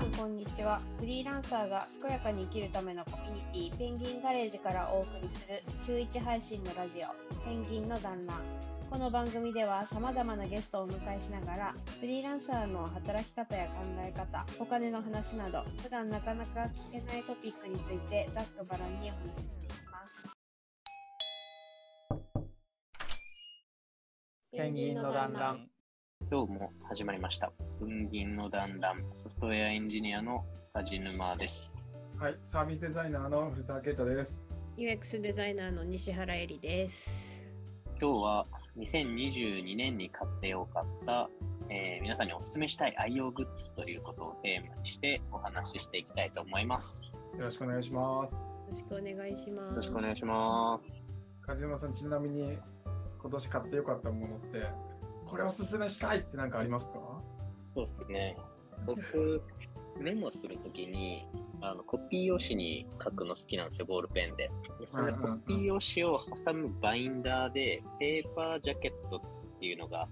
さんこんにちは。フリーランサーが健やかに生きるためのコミュニティペンギンガレージからお送りする週1配信のラジオペンギンの団らん。この番組では様々なゲストをお迎えしながらフリーランサーの働き方や考え方、お金の話など普段なかなか聞けないトピックについてざっくばらんにお話ししていきます。 ペンギンの団らん。 今日も始まりました。ペンギンの団らん、ソフトウェアエンジニアの梶沼です。 はい、サービスデザイナーの古澤啓太です。 UX デザイナーの西原恵里です。 今日は2022年に買ってよかった、皆さんにお勧めしたい愛用グッズということをテーマにしてお話ししていきたいと思います。 よろしくお願いします。 よろしくお願いします。 よろしくお願いします。 梶沼さん、ちなみに今年買ってよかったものってこれおすすめしたいって何かありますか？ そうですね。僕メモするときにコピー用紙に書くの好きなんですよ、ボールペンで。そのコピー用紙を挟むバインダーでペーパージャケットっていうのがあって、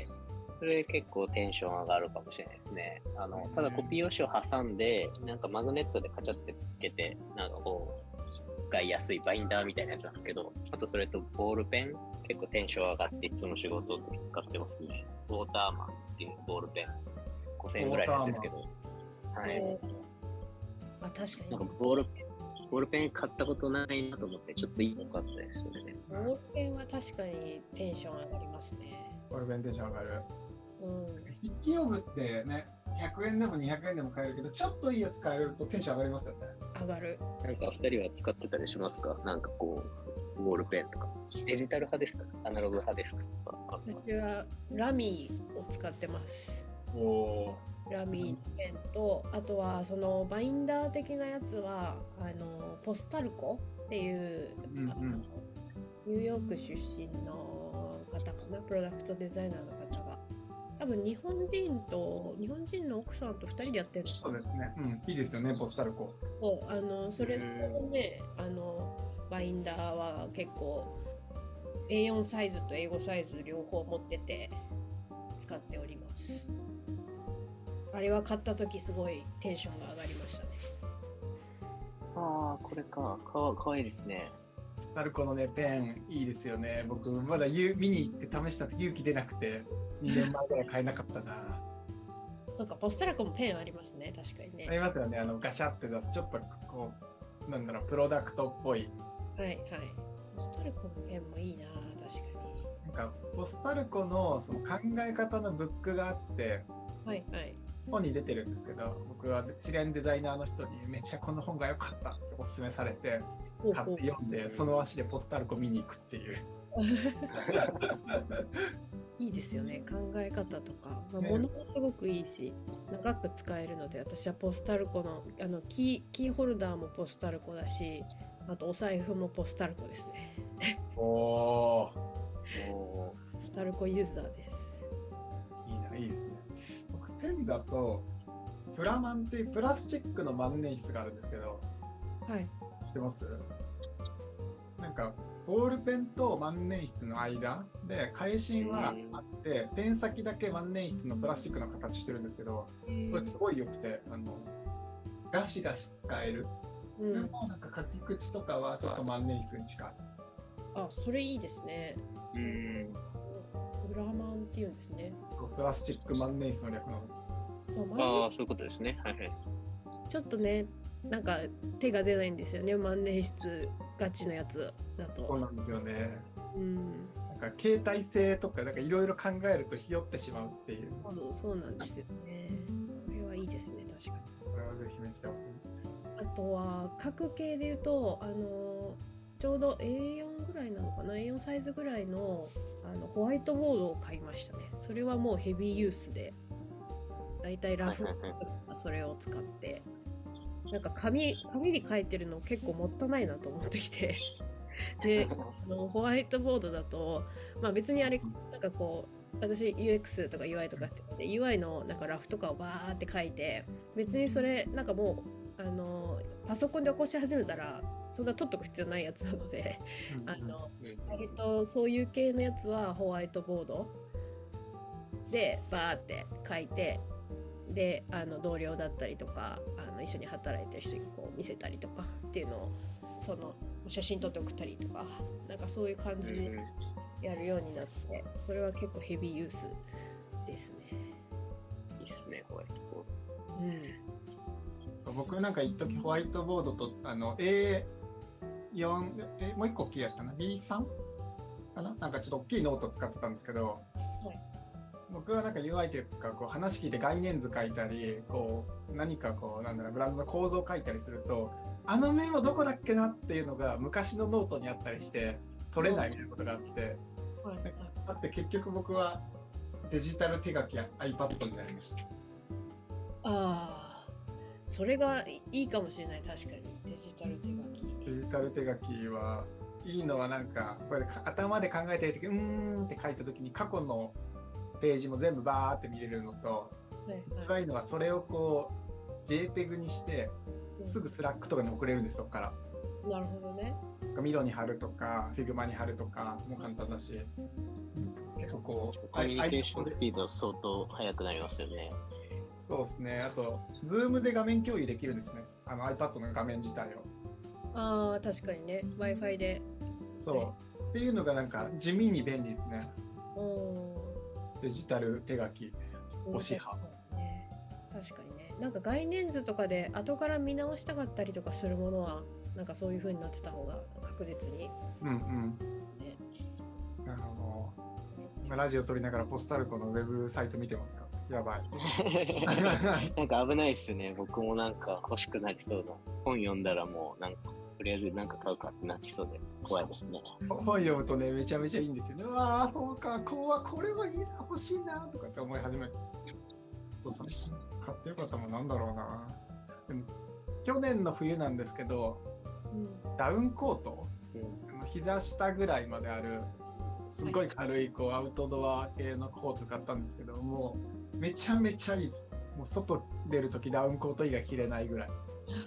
それ結構テンション上がるかもしれないですね。ただコピー用紙を挟んで、なんかマグネットでカチャってつけて、なんかこう使いやすいバインダーみたいなやつなんですけど、あとそれとボールペン、結構テンション上がっていつも仕事の時使ってますね。ウォーターマンっていうボールペン、5000円ぐらいのやつですけど。はい。 あ、確かに。 なんかボールペン買ったことないなと思って、ちょっといいのかったですよね。 ボールペンは確かにテンション上がりますね。 ボールペンテンション上がる。 筆記用具ってね、100円でも200円でも買えるけど、ちょっといいやつ買えるとテンション上がりますよね。 上がる。 なんか2人は使ってたりしますか？なんかこう、ボールペンとか。デジタル派ですか？アナログ派ですか？ 私はラミーを使ってます。 おー。 ラミーペンと、あとはそのバインダー的なやつはポスタルコっていう、ニューヨーク出身の方かな、プロダクトデザイナーの方が多分日本人の奥さんと2人でやってるんです。 そうですね、いいですよね、ポスタルコ。 それでね、バインダーは結構 A4 サイズと A5 サイズ両方持ってて使っております。あれは買った時すごいテンションが上がりましたね。 ああ、これかわいいですね。 ポスタルコのね、ペンいいですよね。僕まだ見に行って試した時勇気出なくて2年前ぐらい買えなかったな。 そうか、ポスタルコもペンありますね、確かにね。 ありますよね、ガシャって出す、ちょっとこう、なんだろう、プロダクトっぽい。 はいはい。ポスタルコのペンもいいな、確かに。 なんか、ポスタルコのその考え方のブックがあって、 はいはい。 本に出てるんですけど、僕は知り合いのデザイナーの人にめっちゃこの本が良かったっておすすめされて、買って読んで、その足でポスタルコ見に行くっていう。 いいですよね、考え方とか、物もすごくいいし長く使えるので、私はポスタルコのキーホルダーもポスタルコだし、あとお財布もポスタルコですね。 ポスタルコユーザーです。 いいですね。僕ペンだとプラマンっていうプラスチックの万年筆があるんですけど、 はい、 知ってます？なんかボールペンと万年筆の間で返芯はあって、ペン先だけ万年筆のプラスチックの形してるんですけど、これすごい良くて、ガシガシ使える。でもなんか書き口とかはちょっと万年筆に近い。 あ、それいいですね。プラマンっていうんですね。 プラスチック万年筆の略なの。 ああ、そういうことですね。はいはい。 ちょっとね、なんか手が出ないんですよね、万年筆ガチのやつだと。 そうなんですよね。なんか携帯性とかいろいろ考えるとひよってしまうっていう。 そうなんですよね。これはいいですね、確かに。 これはぜひめっちゃおすすめです。 あとは書く系で言うと、ちょうど A4 ぐらいなのかな、 A4 サイズぐらいのホワイトボードを買いましたね。それはもうヘビーユースで、だいたいラフそれを使って、なんか紙に書いてるの結構もったいないなと思ってきてで、ホワイトボードだと、別にあれなんかこう、私 UX とか UI とかって UI のなんかラフとかをバーって書いて、別にそれなんかもうパソコンで起こし始めたらそんな取っとく必要ないやつなので、割とそういう系のやつはホワイトボードでバーって書いて、 で同僚だったりとか一緒に働いてる人にこう見せたりとかっていうのをその写真撮って送ったりとかなんかそういう感じでやるようになって、それは結構ヘビーユースですね。 いいっすね、ホワイトボード。 僕なんか一時ホワイトボードとA4 もう一個大きいやつかな B3 かな、なんかちょっと大きいノート使ってたんですけど、 はい、 僕はなんか UI というかこう話聞いて概念図書いたりこう何かこうなんだろうブランドの構造を書いたりするとあのメモどこだっけなっていうのが昔のノートにあったりして取れないみたいなことがあって、 はいはい、 だって結局僕はデジタル手書きや iPad になりました。 ああ、それがいいかもしれない。確かにデジタル手書き。 デジタル手書きはいいのはなんかこれ頭で考えてる時って書いた時に過去のページも全部バーって見れるのと、一番いいのはそれをこう JPEG にしてすぐスラックとかに送れるんです、そこから。 なるほどね。 ミロに貼るとか Figma に貼るとかも簡単だし、結構こうコミュニケーションスピード相当速くなりますよね。 そうですね。あと Zoom で画面共有できるんですね、iPad の画面自体を。 ああ、確かにね。Wi-Fi で。 そうっていうのがなんか地味に便利ですね。デジタル手書き推し派、 ね、確かにね。なんか概念図とかで後から見直したかったりとかするものはなんかそういう風になってた方が確実に、ね、 ラジオ撮りながらポスタルコのウェブサイト見てますか？やばいなんか危ないっすね。僕もなんか欲しくなりそうだ。本読んだらもうなんかとりあえずなんか買うかってなりそうで怖いですね。 本読むとねめちゃめちゃいいんですよね。ああそうか、これはいいな、欲しいなとかって思い始める。そうさ、買ってよかったもんなんだろうな。でも去年の冬なんですけど、ダウンコート、膝下ぐらいまであるすごい軽いこうアウトドア系のコート買ったんですけど、もうめちゃめちゃいいです。もう外出るときダウンコート以外着れないぐらい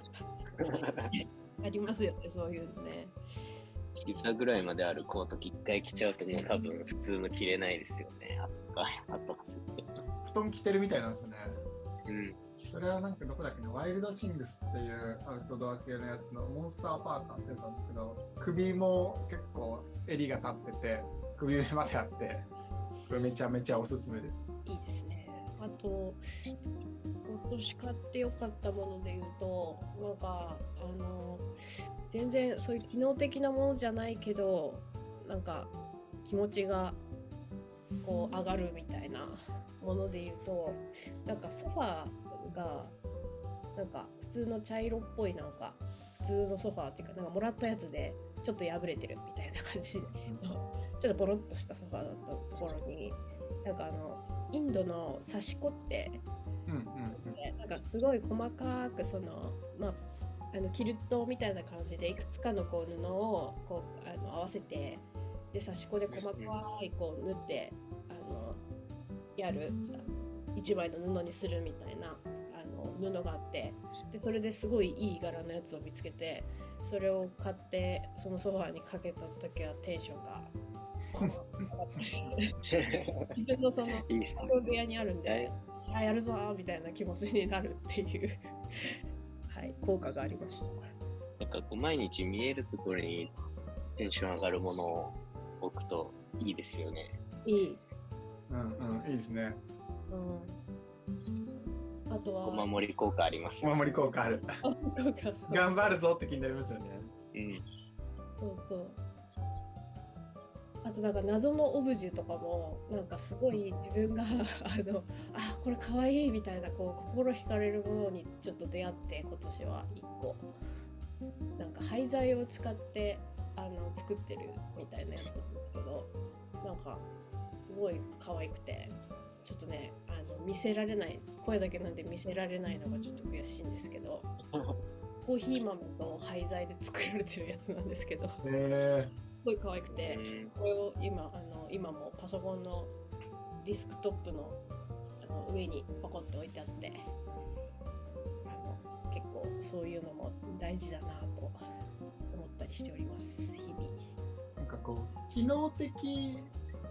ありますよね、そういうのね。 膝ぐらいまであるコート一回着ちゃうともう多分普通の着れないですよね。あったかすぎて。 布団着てるみたいなんですよね。 うんそれはなんかどこだっけな、ワイルドシングスっていうアウトドア系のやつのモンスターパーカーってやつなんですけど、首も結構襟が立ってて首上まであって、それめちゃめちゃおすすめです。 いいですね。あと今年買ってよかったもので言うと、なんか全然そういう機能的なものじゃないけどなんか気持ちがこう上がるみたいなもので言うと、なんかソファーがなんか普通の茶色っぽい、なんか普通のソファーっていうか、なんかもらったやつでちょっと破れてるみたいな感じでちょっとボロッとしたソファーだったところに、なんかインドの刺し子ってなんかすごい細かくそのキルトみたいな感じでいくつかのこう布をこう合わせて、で刺し子で細かいこう縫ってやる一枚の布にするみたいな布があって、でそれですごいいい柄のやつを見つけて、それを買ってそのソファーにかけた時はテンションが自分のその作業部屋にあるんで、やるぞーみたいな気持ちになるっていうはい、効果がありました。 なんかこう毎日見えるところにテンション上がるものを置くといいですよね。 いい。 いいですね。 あとはお守り効果あります、 ね。お守り効果ある。頑張るぞって気になりますよね。 そうそう。あとなんか謎のオブジェとかもなんかすごい自分がこれかわいいみたいなこう心惹かれるものにちょっと出会って、今年は1個なんか廃材を使って作ってるみたいなやつなんですけど、なんかすごい可愛くて、ちょっとね見せられない、声だけなんで見せられないのがちょっと悔しいんですけどコーヒー豆と廃材で作られてるやつなんですけどすごい可愛くて、これを今もパソコンのディスクトップの上にポコッと置いてあって、結構そういうのも大事だなと思ったりしております、日々。 なんかこう機能的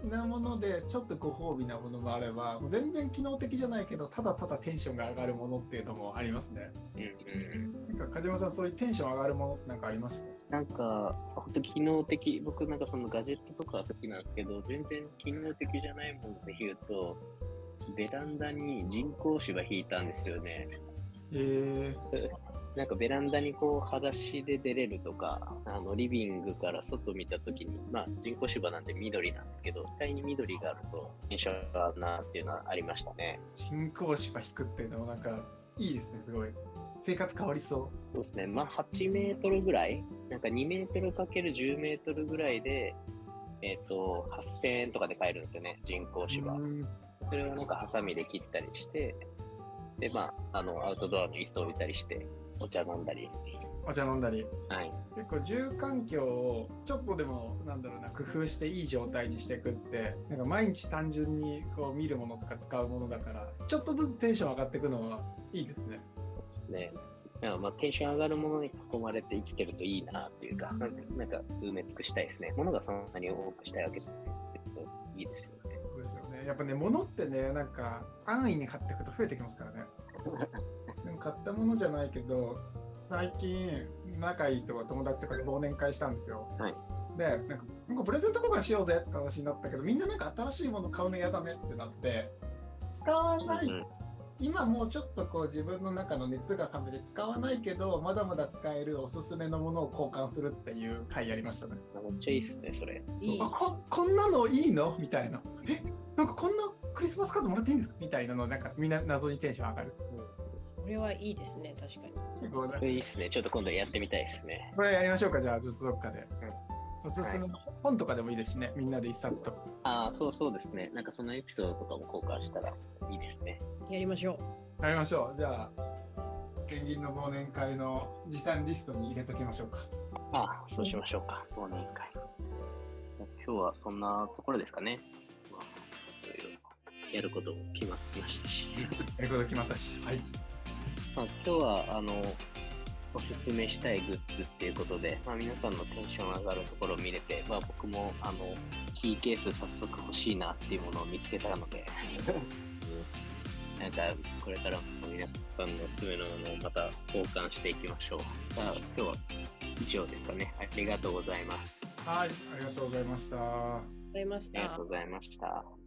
なものでちょっとご褒美なものもあれば、もう全然機能的じゃないけどただただテンションが上がるものっていうのもありますね。なんか梶山さん、そういうテンション上がるものって何かありました？ なんか、本当機能的、僕なんかそのガジェットとかは好きなんですけど、全然機能的じゃないもので言うと、ベランダに人工芝引いたんですよね。それなんかベランダにこう裸足で出れるとか、リビングから外見たときに、まあ人工芝なんで緑なんですけど、額に緑があるとテンション上がるなっていうのはありましたね。 人工芝引くっていうのもなんかいいですね、すごい。生活変わりそう。 そうですね、まあ8メートルぐらい、なんか2メートルかける10メートルぐらいで、8000円とかで買えるんですよね、人工芝。それをなんかハサミで切ったりして、で、まあ、アウトドアの椅子を置いたりして、お茶飲んだり。 はい、結構住環境をちょっとでもなんだろうな、工夫していい状態にしていくって、なんか毎日単純にこう見るものとか使うものだから、ちょっとずつテンション上がっていくのはいいですね。 そうですね。まあ、テンション上がるものに囲まれて生きてるといいなっていうか、なんか埋め尽くしたいですね。物がそんなに多くしたいわけじゃないけど、いいですよね。 そうですよね。やっぱね、物ってね、なんか安易に買っていくと増えてきますからね。でも買ったものじゃないけど、最近仲いいとか友達とかで忘年会したんですよ。 はい、 で、なんかプレゼント交換しようぜって話になったけど、みんななんか新しいもの買うの嫌だねってなって、使わない。今もうちょっとこう自分の中の熱が冷めて使わないけどまだまだ使えるおすすめのものを交換するっていう回やりましたね。 めっちゃいいっすね、それ。 こんなのいいのみたいな。なんかこんなクリスマスカードもらっていいんですかみたいなの、なんかみんな謎にテンション上がる。 それはいいですね、確かに。 それいいっすね。ちょっと今度やってみたいですね。 これやりましょうか、じゃあちょっとどっかで。おすすめの本とかでもいいですしね、みんなで一冊とか。 ああ、そうですね。なんかそのエピソードとかも交換したらいいですね。 やりましょう。じゃあ、ペンギンの忘年会の持参リストに入れときましょうか。 ああ、そうしましょうか、忘年会。今日はそんなところですかね。まあ、やることも決まってましたし。 やること決まったし。はい。 まあ、今日はおすすめしたいグッズっていうことで、まあ、皆さんのテンション上がるところを見れて、まあ、僕もキーケース早速欲しいなっていうものを見つけたのでなんかこれからも皆さんのおすすめのものをまた交換していきましょう。じゃあ今日は以上ですかね。ありがとうございます。 はい、ありがとうございました。 ありがとうございました。 ありがとうございました。